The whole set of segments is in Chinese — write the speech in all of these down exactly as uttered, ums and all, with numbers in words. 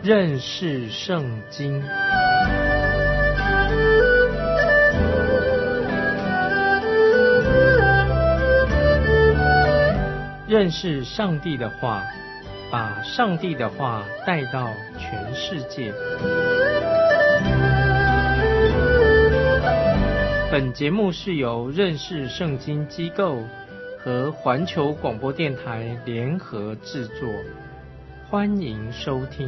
认识圣经。认识上帝的话，把上帝的话带到全世界。本节目是由认识圣经机构和环球广播电台联合制作，欢迎收听。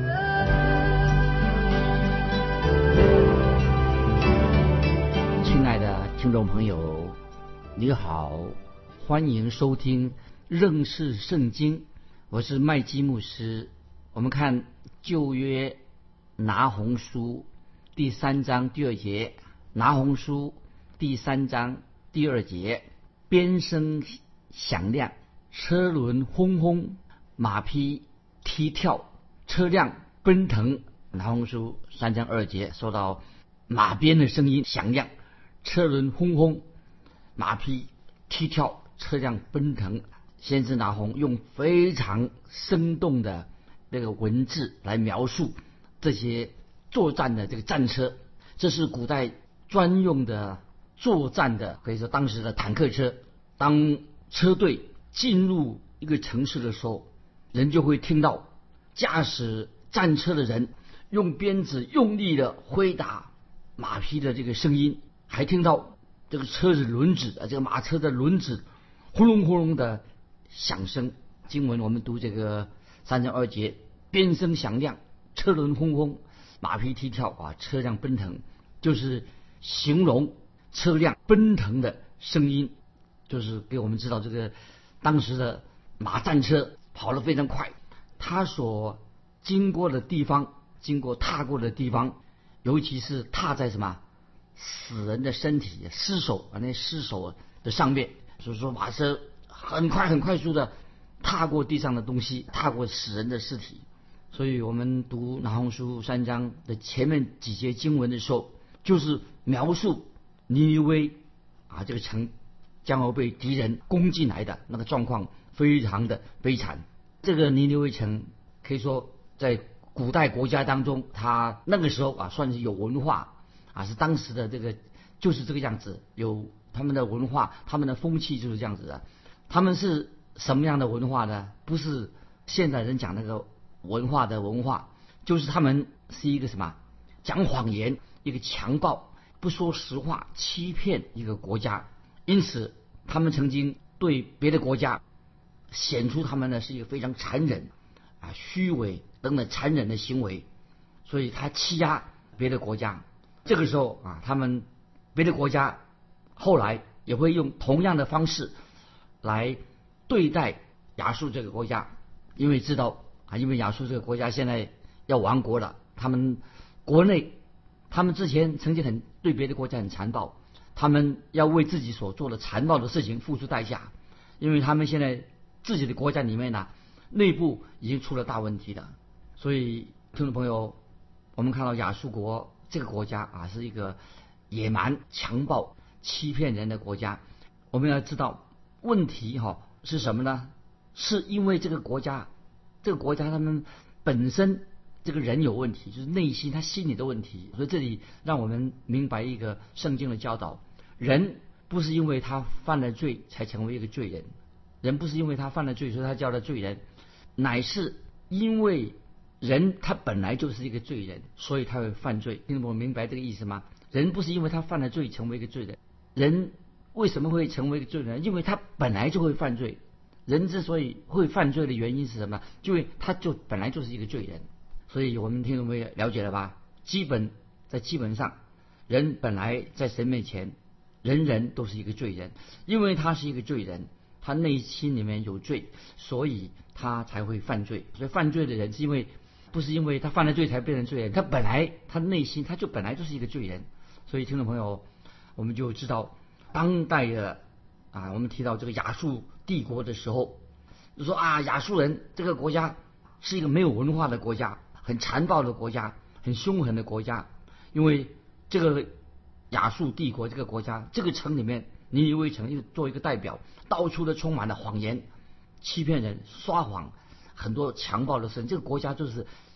亲爱的听众朋友，你好，欢迎收听认识圣经，我是麦基牧师。我们看旧约拿鸿书第三章第二节，拿鸿书第三章第二节，鞭声响亮，车轮轰轰，马匹踢跳，车辆奔腾。拿鸿书三章二节说到马鞭的声音响亮，车轮轰轰，马匹踢跳，车辆奔腾。先知拿鸿用非常生动的这个文字来描述这些作战的这个战车，这是古代专用的作战的，可以说当时的坦克车。当车队进入一个城市的时候，人就会听到驾驶战车的人用鞭子用力的挥打马匹的这个声音，还听到这个车子轮子啊，这个马车的轮子轰隆轰隆的响声。经文我们读这个三章二节，鞭声响亮，车轮轰轰，马匹踢跳啊，车辆奔腾，就是形容车辆奔腾的声音，就是给我们知道这个当时的马战车跑得非常快，它所经过的地方，经过踏过的地方，尤其是踏在什么死人的身体尸首啊，那尸首的上面，所以说马车很快很快速的踏过地上的东西，踏过死人的尸体。所以我们读拿鸿书三章的前面几节经文的时候，就是描述尼尼微啊这个城将要被敌人攻进来的那个状况，非常的悲惨。这个尼尼微城可以说在古代国家当中，它那个时候啊算是有文化啊，是当时的这个就是这个样子，有他们的文化，他们的风气就是这样子的。他们是什么样的文化呢？不是现代人讲那个文化的文化，就是他们是一个什么讲谎言，一个强暴，不说实话，欺骗一个国家。因此他们曾经对别的国家显出他们呢是一个非常残忍啊、虚伪等等残忍的行为，所以他欺压别的国家。这个时候啊，他们别的国家后来也会用同样的方式来对待亚述这个国家，因为知道啊，因为亚述这个国家现在要亡国了，他们国内他们之前曾经很对别的国家很残暴，他们要为自己所做的残暴的事情付出代价，因为他们现在自己的国家里面呢，内部已经出了大问题了。所以听众朋友，我们看到亚述国这个国家啊，是一个野蛮、强暴、欺骗人的国家。我们要知道问题哈、哦、是什么呢？是因为这个国家，这个国家他们本身这个人有问题，就是内心他心里的问题。所以这里让我们明白一个圣经的教导：人不是因为他犯了罪才成为一个罪人，人不是因为他犯了罪所以他叫了罪人，乃是因为人他本来就是一个罪人，所以他会犯罪。听众朋友明白这个意思吗？人不是因为他犯了罪成为一个罪人，人为什么会成为一个罪人？因为他本来就会犯罪。人之所以会犯罪的原因是什么？因为他就本来就是一个罪人。所以我们听众朋友了解了吧？基本在基本上，人本来在神面前，人人都是一个罪人，因为他是一个罪人，他内心里面有罪，所以他才会犯罪。所以犯罪的人是因为不是因为他犯了罪才变成罪人，他本来他内心他就本来就是一个罪人。所以听众朋友，我们就知道当代的啊，我们提到这个亚述帝国的时候，就说啊，亚述人这个国家是一个没有文化的国家，很残暴的国家，很凶狠的国家。因为这个亚述帝国这个国家，这个城里面尼尼微城就做一个代表，到处都充满了谎言，欺骗人，撒谎，很多强暴的事。这个国家就是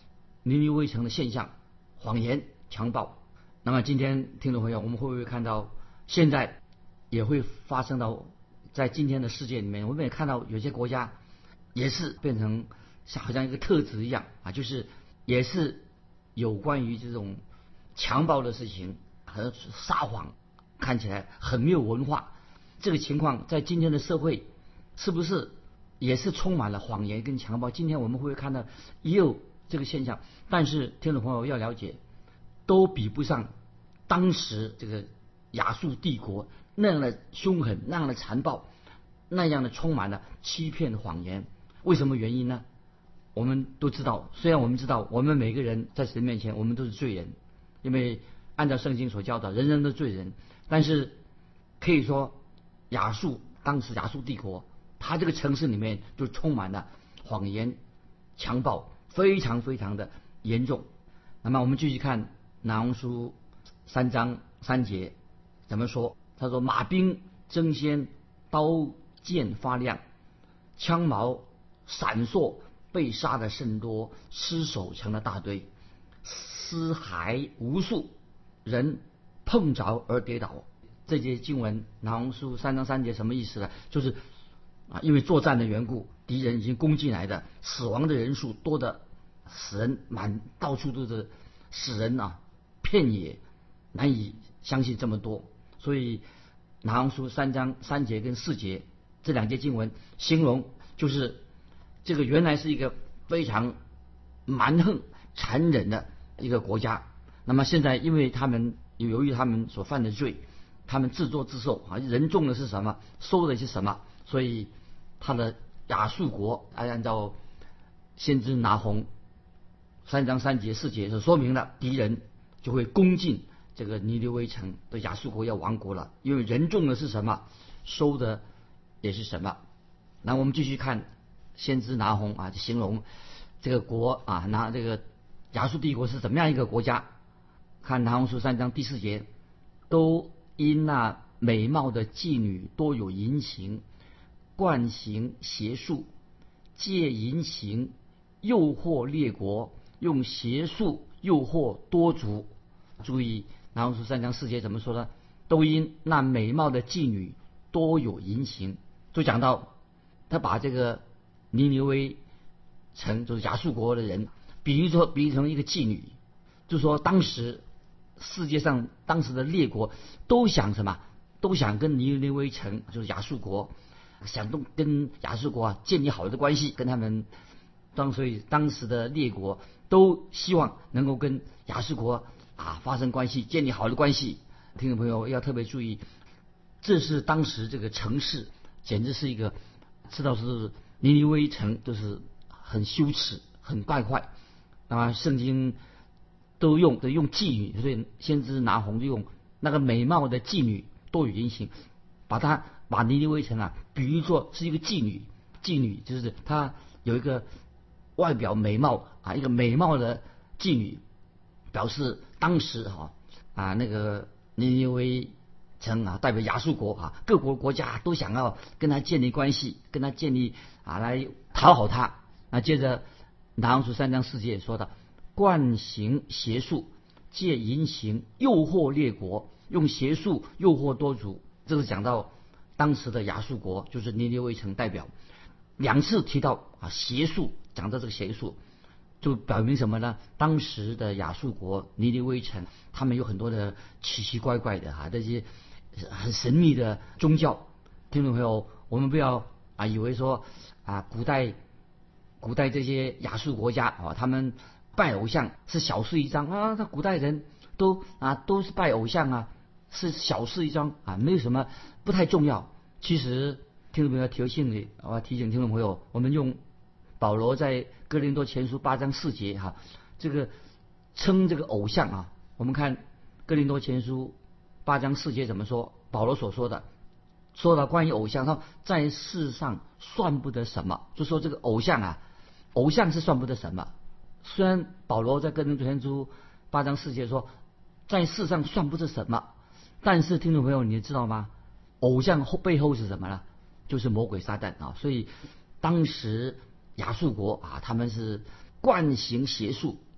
尼尼微城的现象，谎言、强暴。那么今天听众朋友，我们会不会看到现在也会发生到在今天的世界里面？我们也看到有些国家也是变成像好像一个特质一样啊，就是也是有关于这种强暴的事情和撒谎，看起来很没有文化。这个情况在今天的社会是不是也是充满了谎言跟强暴？今天我们会看到也有这个现象，但是听众朋友要了解，都比不上当时这个亚述帝国那样的凶狠、那样的残暴、那样的充满了欺骗的谎言。为什么原因呢？我们都知道，虽然我们知道我们每个人在神面前我们都是罪人，因为按照圣经所教导，人人都罪人。但是可以说亚述当时亚述帝国，它这个城市里面就充满了谎言、强暴，非常非常的严重。那么我们继续看拿红书三章三节怎么说？他说：马兵争先，刀剑发亮，枪矛闪烁，被杀的甚多，尸首成了大堆，尸骸无数，人碰着而跌倒。这节经文拿红书三章三节什么意思呢？就是啊，因为作战的缘故，敌人已经攻进来的，死亡的人数多的死人满到处都是死人啊，遍野，难以相信这么多。所以拿红书三章三节跟四节这两节经文形容，就是这个原来是一个非常蛮横残忍的一个国家，那么现在因为他们由于他们所犯的罪，他们自作自受啊，人种的是什么，收的是什么，所以他的亚述国按照先知拿红三章三节四节所说明了，敌人就会攻进这个尼尼微城的亚述国要亡国了，因为人种的是什么，收的也是什么。那我们继续看先知拿红啊，形容这个国啊，拿这个亚述帝国是怎么样一个国家。看拿红书三章第四节，都因那美貌的妓女多有淫行，惯行邪术，借淫行诱惑列国，用邪术诱惑多族。注意拿红书三章四节怎么说呢？都因那美貌的妓女多有淫行，就讲到他把这个尼尼微城就是亚述国的人比喻说比喻成一个妓女，就说当时世界上当时的列国都想什么，都想跟尼尼微城就是亚述国，想跟亚述国啊建立好的关系，跟他们当所以当时的列国都希望能够跟亚述国啊发生关系，建立好的关系。听众朋友要特别注意，这是当时这个城市简直是一个知道是尼尼微城都是很羞耻很败坏。那么圣经都用都用妓女，所以先知拿红就用那个美貌的妓女多有淫行，把它把尼尼微城啊比喻作是一个妓女。妓女就是她有一个外表美貌啊，一个美貌的妓女，表示当时哈 啊, 啊那个尼尼微城啊代表亚述国啊，各国国家都想要跟他建立关系，跟他建立啊来讨好他。那接着拿红书三章四节也说到，惯行邪术，借淫行诱惑列国，用邪术诱惑多族。这是讲到当时的亚述国，就是尼尼微城代表。两次提到啊邪术，讲到这个邪术，就表明什么呢？当时的亚述国尼尼微城，他们有很多的奇奇怪怪的啊这些很神秘的宗教。听众朋友，我们不要啊以为说啊古代古代这些亚述国家啊，他们拜偶像是小事一桩啊，他古代人都啊都是拜偶像啊，是小事一桩啊，没有什么不太重要。其实听众朋友提醒你，我提醒听众朋友，我们用保罗在哥林多前书八章四节哈、啊，这个称这个偶像啊，我们看哥林多前书八章四节怎么说？保罗所说的，说到关于偶像，说在世上算不得什么，就说这个偶像啊，偶像是算不得什么。虽然保罗在哥林多前书八章四节说在世上算不得什么，但是听众朋友你知道吗？偶像后背后是什么呢？就是魔鬼撒旦啊！所以当时亚述国啊，他们是惯行邪术，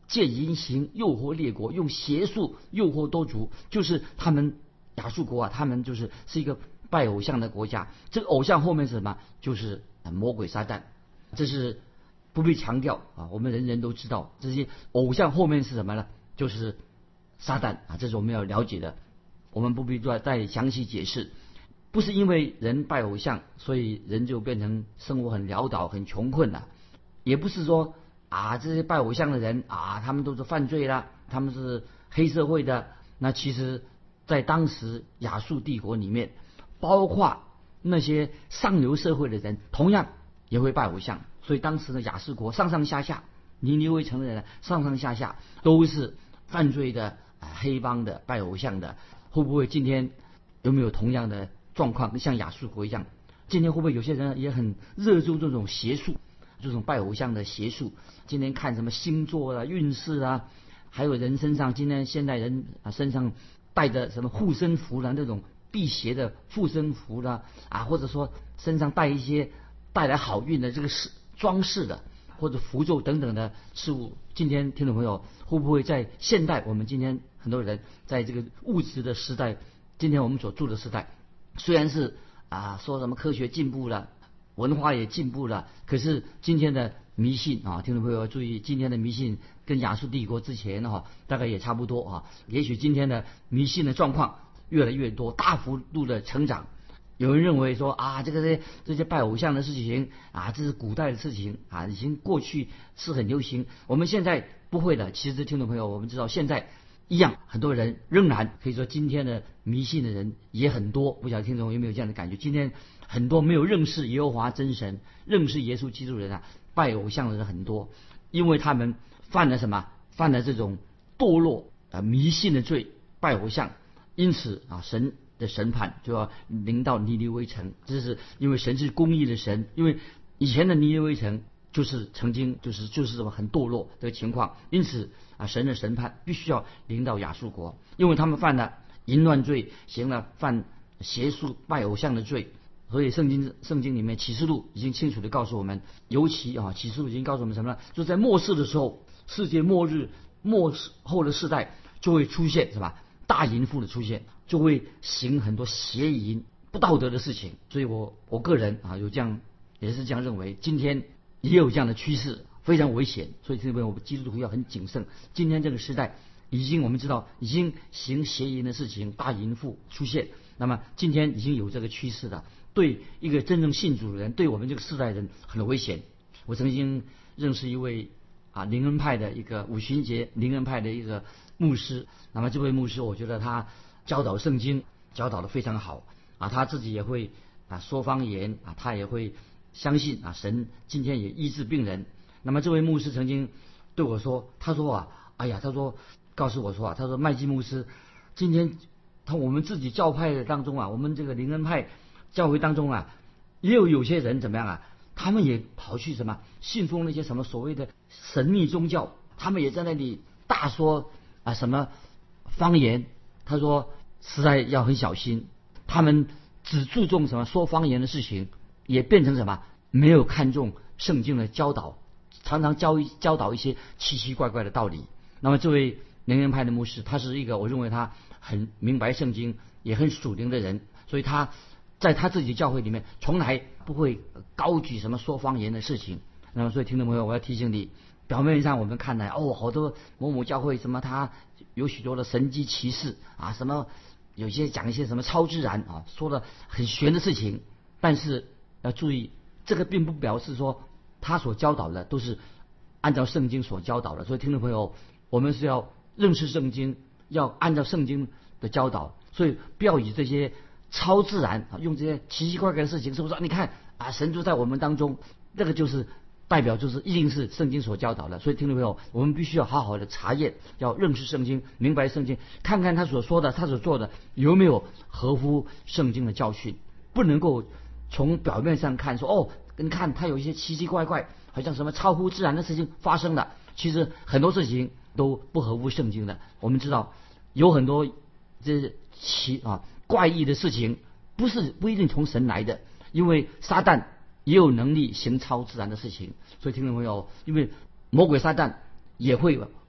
借淫行诱惑列国，用邪术诱惑多族，就是他们亚述国啊，他们就是是一个拜偶像的国家。这个偶像后面是什么？就是魔鬼撒旦。这是不必强调啊，我们人人都知道，这些偶像后面是什么呢？就是撒旦啊，这是我们要了解的，我们不必再再详细解释。不是因为人拜偶像，所以人就变成生活很潦倒、很穷困了，也不是说啊这些拜偶像的人啊，他们都是犯罪啦，他们是黑社会的。那其实，在当时亚述帝国里面，包括那些上流社会的人，同样也会拜偶像。所以当时的亚述国上上下下，尼尼微城的人上上下下都是犯罪的、啊、黑帮的、拜偶像的。会不会今天有没有同样的状况，像亚述国一样？今天会不会有些人也很热衷这种邪术，这种拜偶像的邪术？今天看什么星座啊、运势啊，还有人身上，今天现代人啊身上带着什么护身符啦，那种辟邪的护身符啦，啊，或者说身上带一些带来好运的这个饰装饰的，或者符咒等等的事物。今天听众朋友会不会在现代，我们今天很多人在这个物质的时代，今天我们所住的时代，虽然是啊说什么科学进步了，文化也进步了，可是今天的迷信啊，听众朋友要注意，今天的迷信跟亚述帝国之前哈、啊、大概也差不多啊。也许今天的迷信的状况越来越多，大幅度的成长。有人认为说啊，这个这这些拜偶像的事情啊，这是古代的事情啊，已经过去，是很流行。我们现在不会的。其实听众朋友，我们知道现在一样，很多人仍然可以说今天的迷信的人也很多。不晓得听众有没有这样的感觉？今天很多没有认识耶和华真神、认识耶稣基督的人啊，拜偶像的人很多，因为他们犯了什么？犯了这种堕落啊迷信的罪，拜偶像。因此啊，神的审判就要临到尼尼微城。这是因为神是公义的神，因为以前的尼尼微城就是曾经就是就是这么很堕落的情况，因此啊，神的审判必须要临到亚述国，因为他们犯了淫乱罪，行了犯邪术拜偶像的罪。所以圣经圣经里面启示录已经清楚地告诉我们，尤其啊启示录已经告诉我们什么呢？就在末世的时候，世界末日末后的世代就会出现是吧？大淫妇的出现，就会行很多邪淫不道德的事情。所以我我个人啊有这样也是这样认为，今天也有这样的趋势，非常危险。所以这边我们基督徒要很谨慎。今天这个时代已经我们知道已经行邪淫的事情，大淫妇出现，那么今天已经有这个趋势了，对一个真正信主的人，对我们这个世代人很危险。我曾经认识一位啊灵恩派的一个五旬节灵恩派的一个牧师，那么这位牧师我觉得他教导圣经教导的非常好啊，他自己也会啊说方言啊，他也会相信啊神今天也医治病人。那么这位牧师曾经对我说，他说啊哎呀他说告诉我说啊，他说麦基牧师，今天他我们自己教派当中啊，我们这个灵恩派教会当中啊，也有有些人怎么样啊，他们也跑去什么信奉那些什么所谓的神秘宗教，他们也在那里大说啊什么方言。他说实在要很小心，他们只注重什么说方言的事情，也变成什么没有看重圣经的教导，常常教教导一些奇奇怪怪的道理。那么这位灵恩派的牧师，他是一个我认为他很明白圣经也很属灵的人，所以他在他自己教会里面从来不会高举什么说方言的事情。那么所以听众朋友，我要提醒你，表面上我们看来哦，好多某某教会什么他有许多的神迹奇事啊，什么有些讲一些什么超自然啊，说的很玄的事情，但是要注意，这个并不表示说他所教导的都是按照圣经所教导的。所以听众朋友，我们是要认识圣经，要按照圣经的教导，所以不要以这些超自然啊，用这些奇奇怪怪的事情，是不是？你看啊，神就在我们当中，这个就是代表就是一定是圣经所教导的。所以听众朋友，我们必须要好好的查验，要认识圣经，明白圣经，看看他所说的他所做的有没有合乎圣经的教训。不能够从表面上看说哦，你看他有一些奇奇怪怪好像什么超乎自然的事情发生了，其实很多事情都不合乎圣经的。我们知道有很多这奇啊怪异的事情不是不一定从神来的，因为撒旦也有能力行超自然的事情。所以听众朋友，因为魔鬼撒旦也会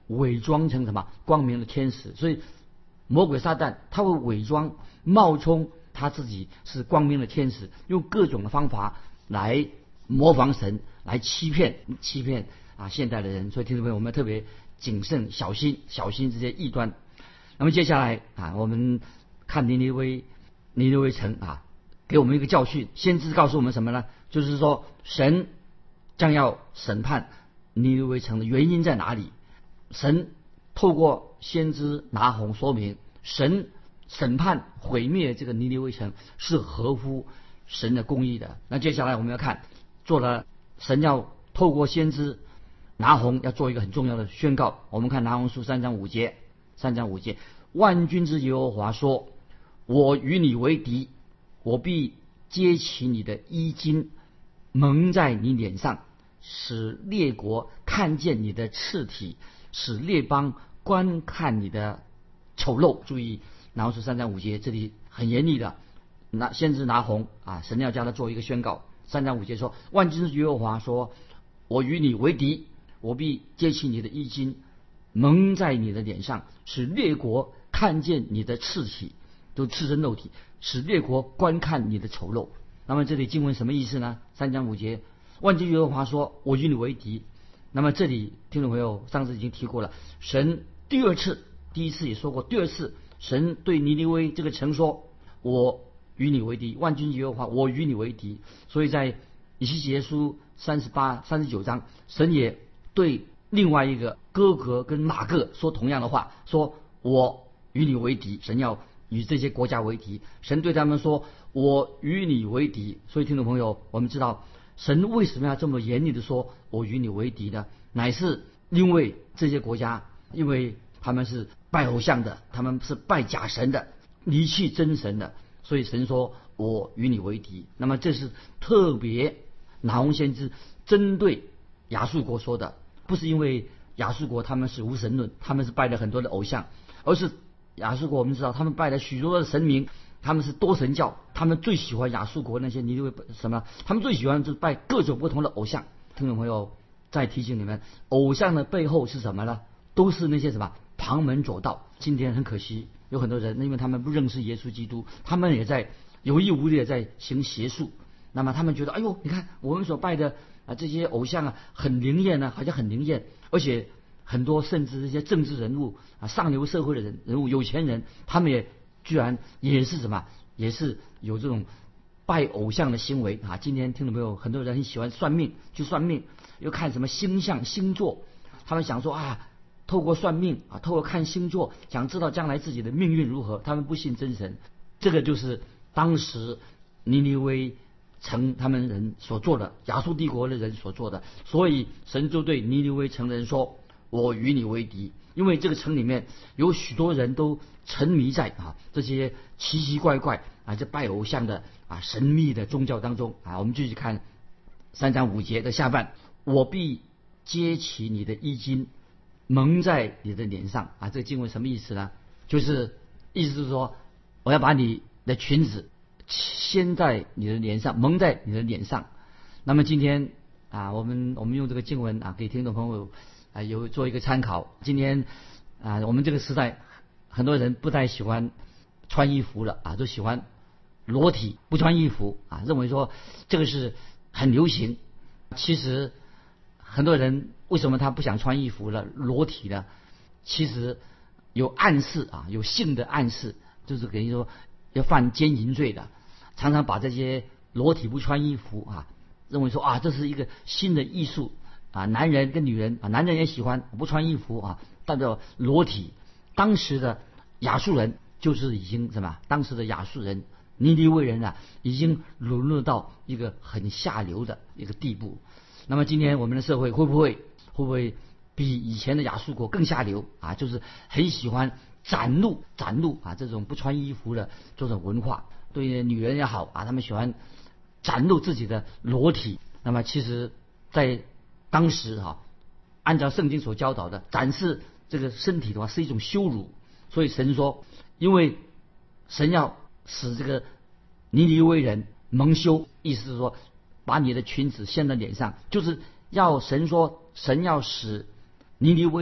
伪装成什么光明的天使。所以魔鬼撒旦他会伪装冒充他自己是光明的天使，用各种的方法来模仿神，来欺骗欺骗啊现代的人。所以听众朋友，我们要特别谨慎小心小心这些异端。那么接下来啊，我们看尼尼微尼尼微城啊，给我们一个教训。先知告诉我们什么呢？就是说神将要审判尼尼微城的原因在哪里？神透过先知拿鸿说明，神审判毁灭这个尼尼微城是合乎神的公义的。那接下来我们要看，做了神要透过先知拿鸿要做一个很重要的宣告。我们看拿鸿书三章五节，三章五节，万军之耶和华说：我与你为敌，我必揭起你的衣襟，蒙在你脸上，使列国看见你的赤体，使列邦观看你的丑陋。注意拿鸿书三章五节，这里很严厉的，那先知拿鸿啊，神要叫他做一个宣告。三章五节说，万军之耶和华说：我与你为敌，我必揭起你的衣襟，蒙在你的脸上，使列国看见你的赤体，都赤身露体，使列国观看你的丑陋。那么这里经文什么意思呢？三章五节，万军耶和华说：我与你为敌。那么这里听众朋友上次已经提过了，神第二次，第一次也说过，第二次神对尼尼微这个城说：我与你为敌，万军耶和华，我与你为敌。所以在以西结书三十八、三十九章，神也对另外一个哥格跟马各说同样的话，说我与你为敌。神要与这些国家为敌，神对他们说：我与你为敌。所以听众朋友，我们知道神为什么要这么严厉的说我与你为敌呢？乃是因为这些国家，因为他们是拜偶像的，他们是拜假神的，离弃真神的，所以神说我与你为敌。那么这是特别拿鸿先知针对亚述国说的，不是因为亚述国他们是无神论，他们是拜了很多的偶像，而是亚述国我们知道他们拜了许多的神明，他们是多神教，他们最喜欢亚述国那些尼尼微什么，他们最喜欢就是拜各种不同的偶像。听众朋友，再提醒你们，偶像的背后是什么呢？都是那些什么旁门左道。今天很可惜，有很多人因为他们不认识耶稣基督，他们也在有意无意的在行邪术。那么他们觉得，哎呦，你看我们所拜的啊这些偶像啊很灵验呢、啊，好像很灵验，而且很多甚至这些政治人物啊上流社会的人人物有钱人，他们也居然也是什么，也是有这种拜偶像的行为啊。今天听众朋友，很多人很喜欢算命，去算命，又看什么星象星座，他们想说啊，透过算命啊，透过看星座，想知道将来自己的命运如何。他们不信真神，这个就是当时尼尼微城他们人所做的，亚述帝国的人所做的。所以神就对尼尼微城的人说：我与你为敌。因为这个城里面有许多人都沉迷在啊这些奇奇怪怪啊这拜偶像的啊神秘的宗教当中啊。我们继续看三章五节的下半，我必揭起你的衣襟，蒙在你的脸上啊。这个经文什么意思呢？就是意思是说，我要把你的裙子掀在你的脸上，蒙在你的脸上。那么今天啊，我们我们用这个经文啊，给听众朋友啊有做一个参考。今天啊，我们这个时代很多人不太喜欢穿衣服了啊，都喜欢裸体不穿衣服啊，认为说这个是很流行。其实很多人为什么他不想穿衣服了，裸体了？其实有暗示啊，有性的暗示，就是等于说要犯奸淫罪的，常常把这些裸体不穿衣服啊，认为说啊这是一个新的艺术啊，男人跟女人啊，男人也喜欢不穿衣服啊，代表裸体。当时的亚述人就是已经什么？当时的亚述人尼尼微人啊，已经沦落到一个很下流的一个地步。那么今天我们的社会会不会会不会比以前的亚述国更下流啊？就是很喜欢展露展露啊这种不穿衣服的这种文化，对女人也好啊，他们喜欢展露自己的裸体。那么其实在当时哈、啊，按照圣经所教导的，展示这个身体的话是一种羞辱。所以神说，因为神要使这个尼尼微人蒙羞，意思是说把你的裙子掀在脸上，就是要神说神要使尼尼微人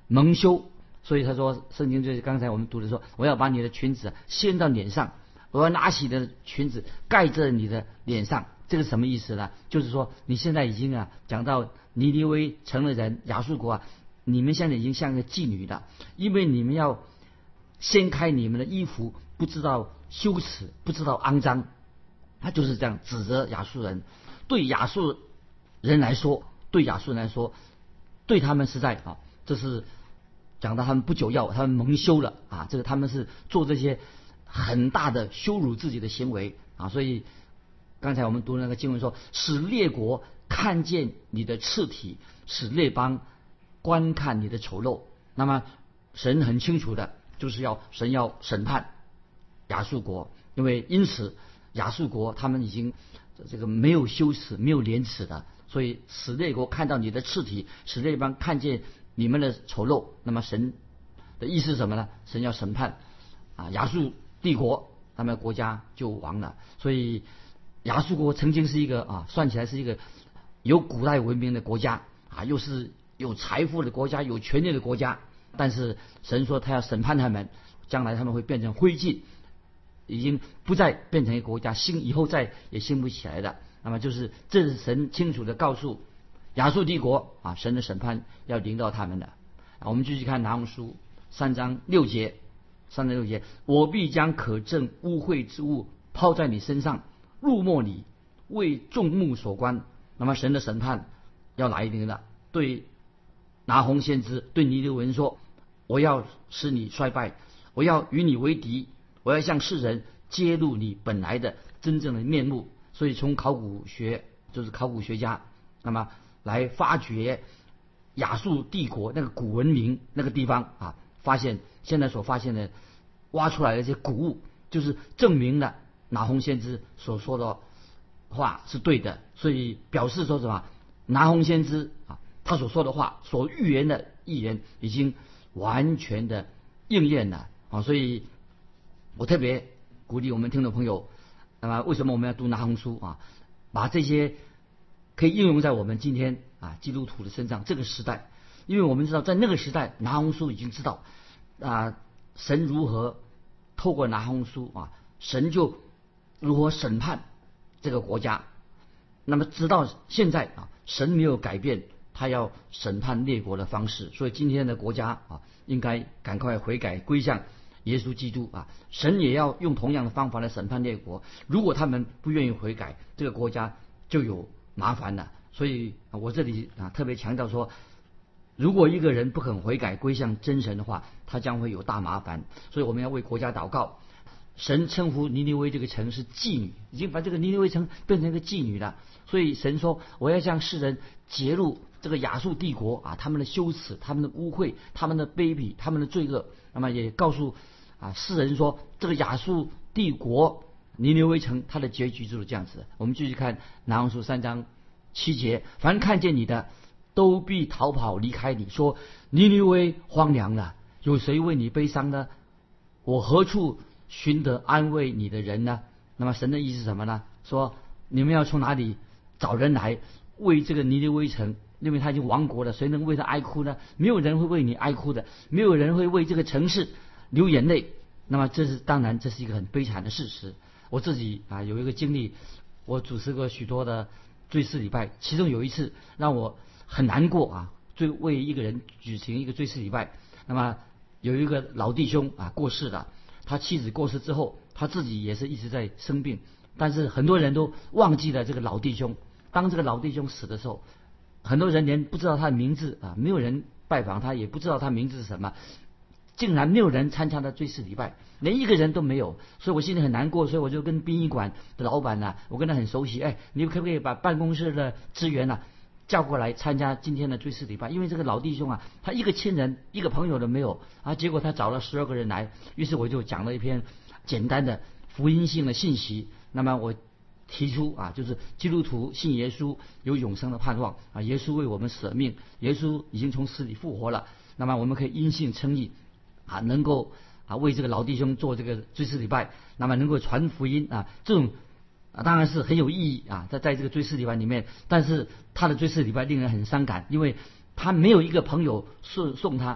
蒙羞。所以他说，圣经就是刚才我们读的说，我要把你的裙子掀到脸上，我要拿起你的裙子盖在你的脸上。这个什么意思呢？就是说你现在已经啊讲到尼尼微城的人，亚述国啊，你们现在已经像个妓女了，因为你们要掀开你们的衣服，不知道羞耻，不知道肮脏。他就是这样指责亚述人。对亚述人来说，对亚述人来说，对他们实在啊，这是讲到他们不久要他们蒙羞了啊，这个他们是做这些很大的羞辱自己的行为啊。所以刚才我们读那个经文说，使列国看见你的赤体，使列邦观看你的丑陋。那么神很清楚的就是要神要审判亚述国，因为因此亚述国他们已经这个没有羞耻没有廉耻的，所以使列国看到你的赤体，使列邦看见你们的丑陋。那么神的意思是什么呢？神要审判啊亚述帝国，那么国家就亡了。所以亚述国曾经是一个啊，算起来是一个有古代文明的国家啊，又是有财富的国家，有权力的国家。但是神说他要审判他们，将来他们会变成灰烬，已经不再变成一个国家，兴以后再也兴不起来的。那么就是这是神清楚的告诉亚述帝国啊，神的审判要临到他们的。啊、我们继续看拿鸿书三章六节，三章六节，我必将可证污秽之物抛在你身上，入没你，为众目所观。那么神的审判要来临了。对拿鸿先知，对尼尼微人说，我要使你衰败，我要与你为敌，我要向世人揭露你本来的真正的面目。所以从考古学，就是考古学家那么来发掘亚述帝国那个古文明那个地方啊，发现现在所发现的挖出来的这些古物，就是证明了拿鸿先知所说的话是对的。所以表示说什么？拿鸿先知啊，他所说的话，所预言的预言已经完全的应验了啊！所以我特别鼓励我们听众朋友，那么为什么我们要读拿鸿书啊？把这些可以应用在我们今天啊基督徒的身上这个时代，因为我们知道在那个时代，拿鸿书已经知道啊神如何透过拿鸿书啊，神就如何审判这个国家。那么直到现在啊，神没有改变他要审判列国的方式，所以今天的国家啊，应该赶快悔改归向耶稣基督啊！神也要用同样的方法来审判列国，如果他们不愿意悔改，这个国家就有麻烦了。所以我这里啊特别强调说，如果一个人不肯悔改归向真神的话，他将会有大麻烦。所以我们要为国家祷告。神称呼尼尼微这个城是妓女，已经把这个尼尼微城变成一个妓女了。所以神说，我要向世人揭露这个亚述帝国啊，他们的羞耻，他们的污秽，他们的卑鄙，他们的罪恶。那么也告诉啊世人说，这个亚述帝国尼尼微城它的结局就是这样子。我们继续看拿鸿书三章七节，凡看见你的都必逃跑离开你，说尼尼微荒凉了，有谁为你悲伤呢？我何处寻得安慰你的人呢？那么神的意思是什么呢？说你们要从哪里找人来为这个尼尼微城，因为他已经亡国了，谁能为他哀哭呢？没有人会为你哀哭的，没有人会为这个城市流眼泪。那么这是当然，这是一个很悲惨的事实。我自己啊有一个经历，我主持过许多的追思礼拜，其中有一次让我很难过啊，最为一个人举行一个追思礼拜。那么有一个老弟兄啊过世了，他妻子过世之后，他自己也是一直在生病，但是很多人都忘记了这个老弟兄。当这个老弟兄死的时候，很多人连不知道他的名字啊，没有人拜访他，也不知道他名字是什么，竟然没有人参加他追思礼拜，连一个人都没有。所以我心里很难过，所以我就跟殡仪馆的老板呢、啊，我跟他很熟悉，哎，你可不可以把办公室的职员啊叫过来参加今天的追思礼拜？因为这个老弟兄啊，他一个亲人一个朋友都没有啊，结果他找了十二个人来，于是我就讲了一篇简单的福音性的信息。那么我提出啊，就是基督徒信耶稣有永生的盼望啊，耶稣为我们舍命，耶稣已经从死里复活了，那么我们可以因信称义啊，能够啊为这个老弟兄做这个追思礼拜，那么能够传福音啊，这种啊当然是很有意义啊，在在这个追思礼拜里面。但是他的追思礼拜令人很伤感，因为他没有一个朋友送送他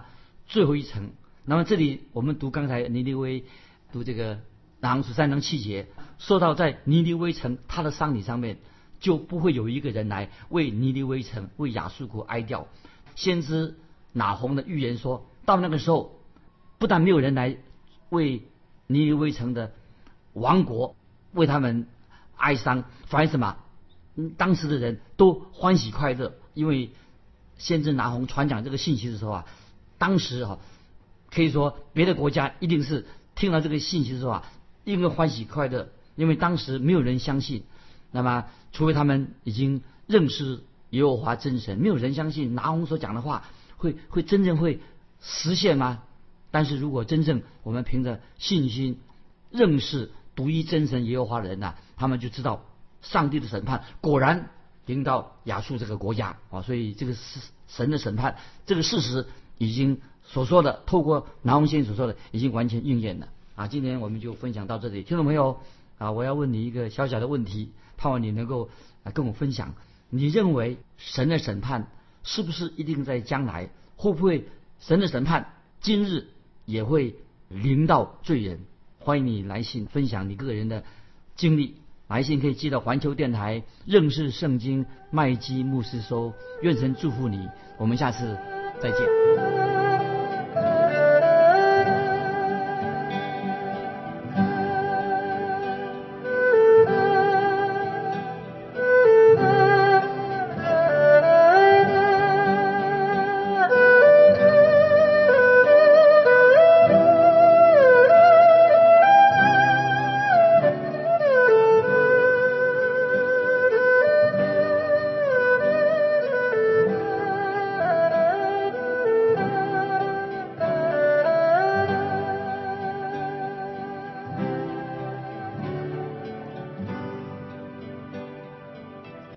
最后一层。那么这里我们读刚才尼尼微读这个拿红十三章七节，说到在尼尼微城他的丧礼上面就不会有一个人来为尼尼微城为亚述国哀悼。先知拿红的预言说到那个时候，不但没有人来为尼尼微城的亡国为他们哀伤，反而什么？当时的人都欢喜快乐，因为先知拿红传讲这个信息的时候啊，当时啊可以说别的国家一定是听到这个信息的时候啊，应该欢喜快乐，因为当时没有人相信。那么除非他们已经认识耶和华真神，没有人相信拿红所讲的话会会真正会实现吗？但是如果真正我们凭着信心认识独一真神耶和华的人呐、啊，他们就知道上帝的审判果然临到亚述这个国家啊，所以这个是神的审判，这个事实已经所说的，透过拿红先生所说的，已经完全应验了啊。今天我们就分享到这里，听众朋友啊，我要问你一个小小的问题，盼望你能够啊跟我分享，你认为神的审判是不是一定在将来？会不会神的审判今日也会临到罪人？欢迎你来信分享你个人的经历，来信可以寄到环球电台认识圣经麦基牧师收。愿神祝福你，我们下次再见。